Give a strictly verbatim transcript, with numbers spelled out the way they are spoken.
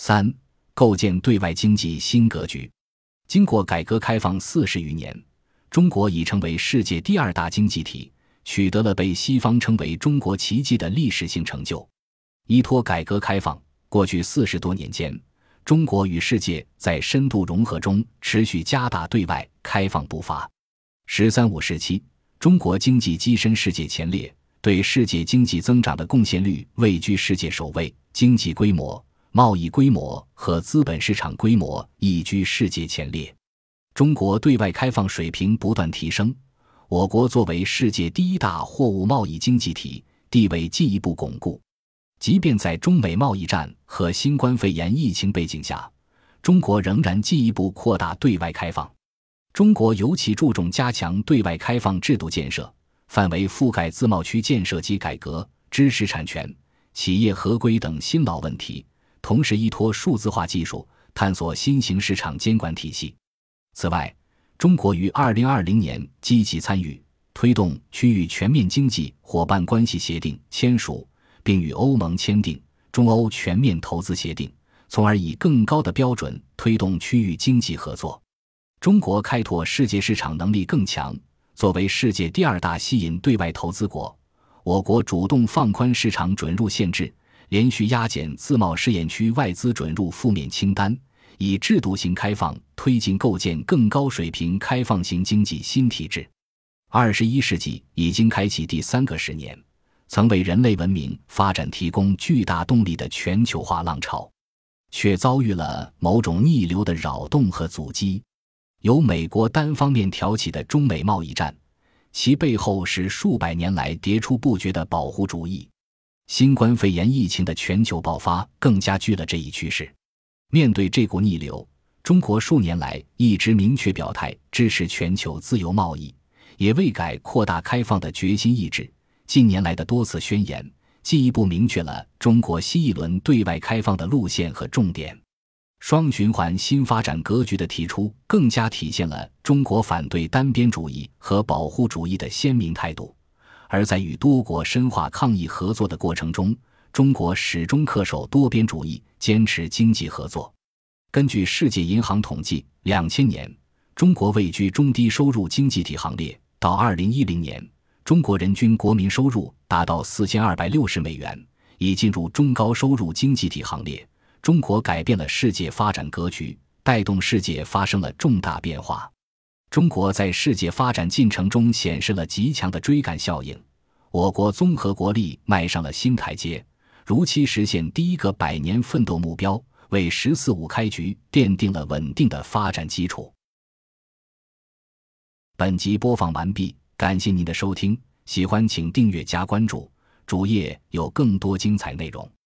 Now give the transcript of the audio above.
三、构建对外经济新格局。经过改革开放四十余年，中国已成为世界第二大经济体，取得了被西方称为中国奇迹的历史性成就。依托改革开放，过去四十多年间，中国与世界在深度融合中持续加大对外开放步伐。“十三五”时期，中国经济跻身世界前列，对世界经济增长的贡献率位居世界首位，经济规模、贸易规模和资本市场规模亦居世界前列。中国对外开放水平不断提升，我国作为世界第一大货物贸易经济体，地位进一步巩固。即便在中美贸易战和新冠肺炎疫情背景下，中国仍然进一步扩大对外开放。中国尤其注重加强对外开放制度建设，范围覆盖自贸区建设及改革、知识产权、企业合规等新老问题，同时依托数字化技术，探索新型市场监管体系。此外，中国于二零二零年积极参与推动区域全面经济伙伴关系协定签署，并与欧盟签订中欧全面投资协定，从而以更高的标准推动区域经济合作。中国开拓世界市场能力更强，作为世界第二大吸引对外投资国，我国主动放宽市场准入限制，连续压减自贸试验区外资准入负面清单，以制度性开放推进构建更高水平开放型经济新体制。二十一世纪已经开启第三个十年，曾为人类文明发展提供巨大动力的全球化浪潮，却遭遇了某种逆流的扰动和阻击。由美国单方面挑起的中美贸易战，其背后是数百年来迭出不绝的保护主义。新冠肺炎疫情的全球爆发更加剧了这一趋势。面对这股逆流，中国数年来一直明确表态支持全球自由贸易，也未改扩大开放的决心意志。近年来的多次宣言，进一步明确了中国新一轮对外开放的路线和重点。双循环新发展格局的提出，更加体现了中国反对单边主义和保护主义的鲜明态度。而在与多国深化抗疫合作的过程中，中国始终恪守多边主义，坚持经济合作。根据世界银行统计，两千年中国位居中低收入经济体行列，到二零一零年中国人均国民收入达到四千二百六十美元，已进入中高收入经济体行列。中国改变了世界发展格局，带动世界发生了重大变化。中国在世界发展进程中显示了极强的追赶效应，我国综合国力迈上了新台阶，如期实现第一个百年奋斗目标，为十四五开局奠定了稳定的发展基础。本集播放完毕，感谢您的收听，喜欢请订阅加关注，主页有更多精彩内容。